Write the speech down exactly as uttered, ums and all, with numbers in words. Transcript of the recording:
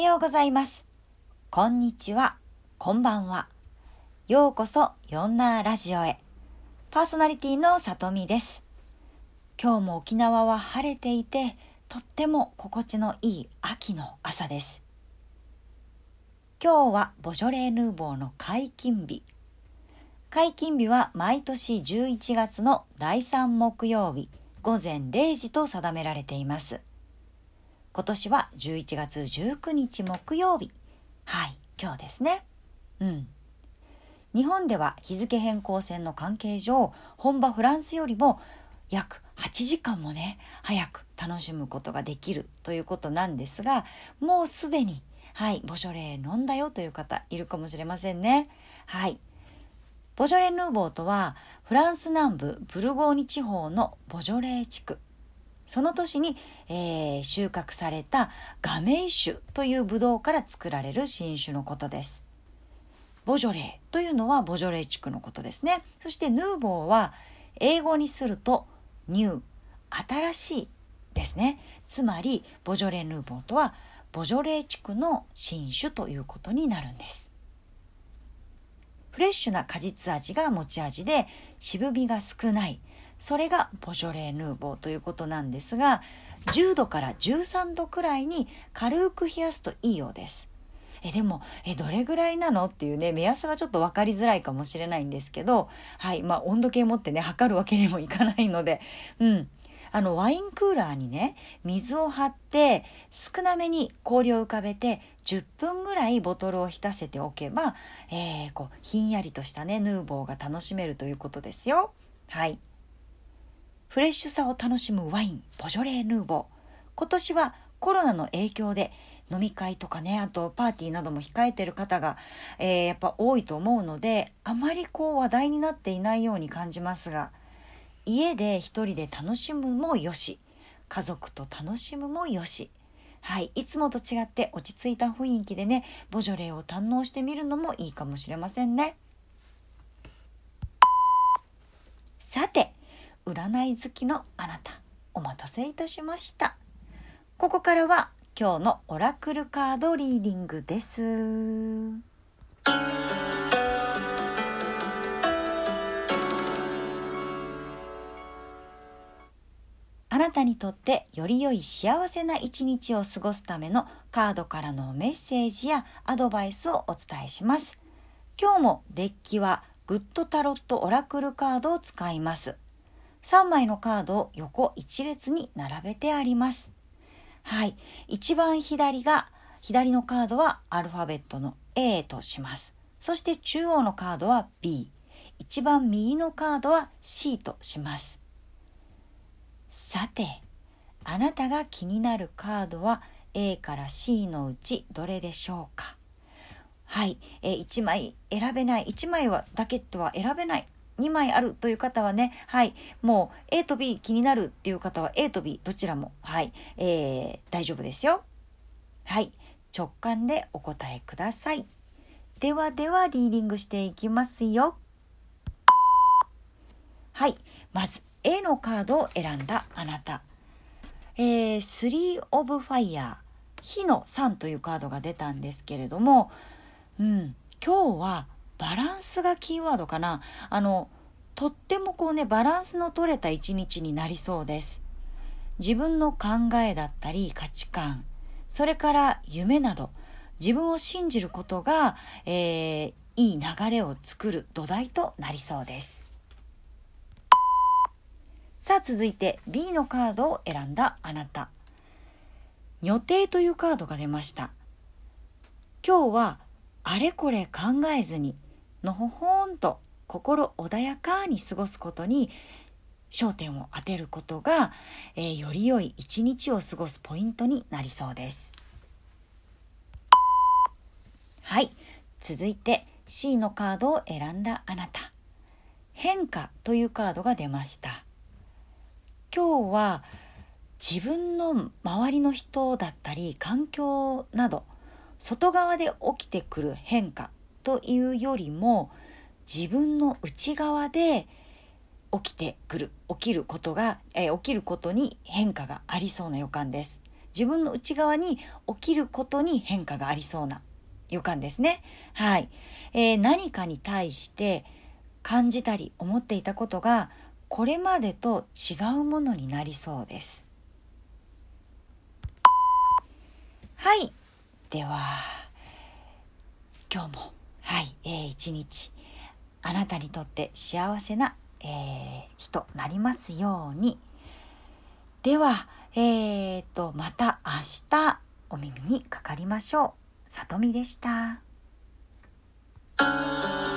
ようございます。こんにちは、こんばんは。ようこそヨンナーラジオへ。パーソナリティのさとみです。今日も沖縄は晴れていて、とっても心地のいい秋の朝です。今日はボジョレーヌーボーの解禁日。解禁日は毎年じゅういちがつのだいさん木曜日ごぜんれいじと定められています。今年はじゅういちがつじゅうくにち木曜日。はい、今日ですね。うん。日本では日付変更線の関係上、本場フランスよりも約はちじかんもね、早く楽しむことができるということなんですが、もうすでに、はい、ボジョレー飲んだよという方いるかもしれませんね。はい。ボジョレーヌーボーとは、フランス南部ブルゴーニュ地方のボジョレー地区。その年に、えー、収穫されたガメイ種というブドウから作られる新種のことです。ボジョレーというのはボジョレー地区のことですね。そしてヌーボーは英語にするとニュー、新しいですね。つまりボジョレーヌーボーとはボジョレー地区の新種ということになるんです。フレッシュな果実味が持ち味で渋みが少ない、それがボジョレーヌーボーということなんですが、じゅうどからじゅうさんどくらいに軽く冷やすといいようです。えでもえどれぐらいなのっていうね、目安はちょっと分かりづらいかもしれないんですけど、はいまあ温度計持ってね測るわけにもいかないので、うんあのワインクーラーにね水を張って少なめに氷を浮かべてじゅっぷんぐらいボトルを浸せておけば、えー、こうひんやりとしたねヌーボーが楽しめるということですよ。はい。フレッシュさを楽しむワインボジョレーヌーボー。今年はコロナの影響で飲み会とかね、あとパーティーなども控えている方が、えー、やっぱ多いと思うので、あまりこう話題になっていないように感じますが、家で一人で楽しむもよし、家族と楽しむもよし、はい、いつもと違って落ち着いた雰囲気でねボジョレーを堪能してみるのもいいかもしれませんね。さて、占い好きのあなた、お待たせいたしました。ここからは今日のオラクルカードリーディングです。あなたにとってより良い幸せな一日を過ごすためのカードからのメッセージやアドバイスをお伝えします。今日もデッキはグッドタロットオラクルカードを使います。さんまいのカードを横一列に並べてあります。はい、一番左が左のカードはアルファベットの A とします。そして中央のカードは B、一番右のカードは C とします。さて、あなたが気になるカードは A から C のうちどれでしょうか。はい、えいちまい選べない、いちまいはだけとは選べない、にまいあるという方はね、はい、もう A と B 気になるっていう方は A と B どちらも、はい、えー、大丈夫ですよ。はい、直感でお答えください。ではではリーディングしていきますよ。はい、まず A のカードを選んだあなた、えー、スリーオブファイヤー、火のさんというカードが出たんですけれども、うん、今日はバランスがキーワードかな。あのとってもこうねバランスの取れた一日になりそうです。自分の考えだったり価値観、それから夢など自分を信じることが、えー、いい流れを作る土台となりそうです。さあ続いて B のカードを選んだあなた、女帝というカードが出ました。今日はあれこれ考えずにのほほんと心穏やかに過ごすことに焦点を当てることが、えー、より良い一日を過ごすポイントになりそうです。はい、続いて C のカードを選んだあなた、変化というカードが出ました。今日は自分の周りの人だったり環境など外側で起きてくる変化というよりも、自分の内側で起きてくる起きることが、えー、起きることに変化がありそうな予感です。 自分の内側に起きることに変化がありそうな予感ですね。はい、えー、何かに対して感じたり思っていたことがこれまでと違うものになりそうです。はい、では今日もはい、えー、一日あなたにとって幸せな、えー、日となりますように。では、えー、とまた明日お耳にかかりましょう。さとみでした。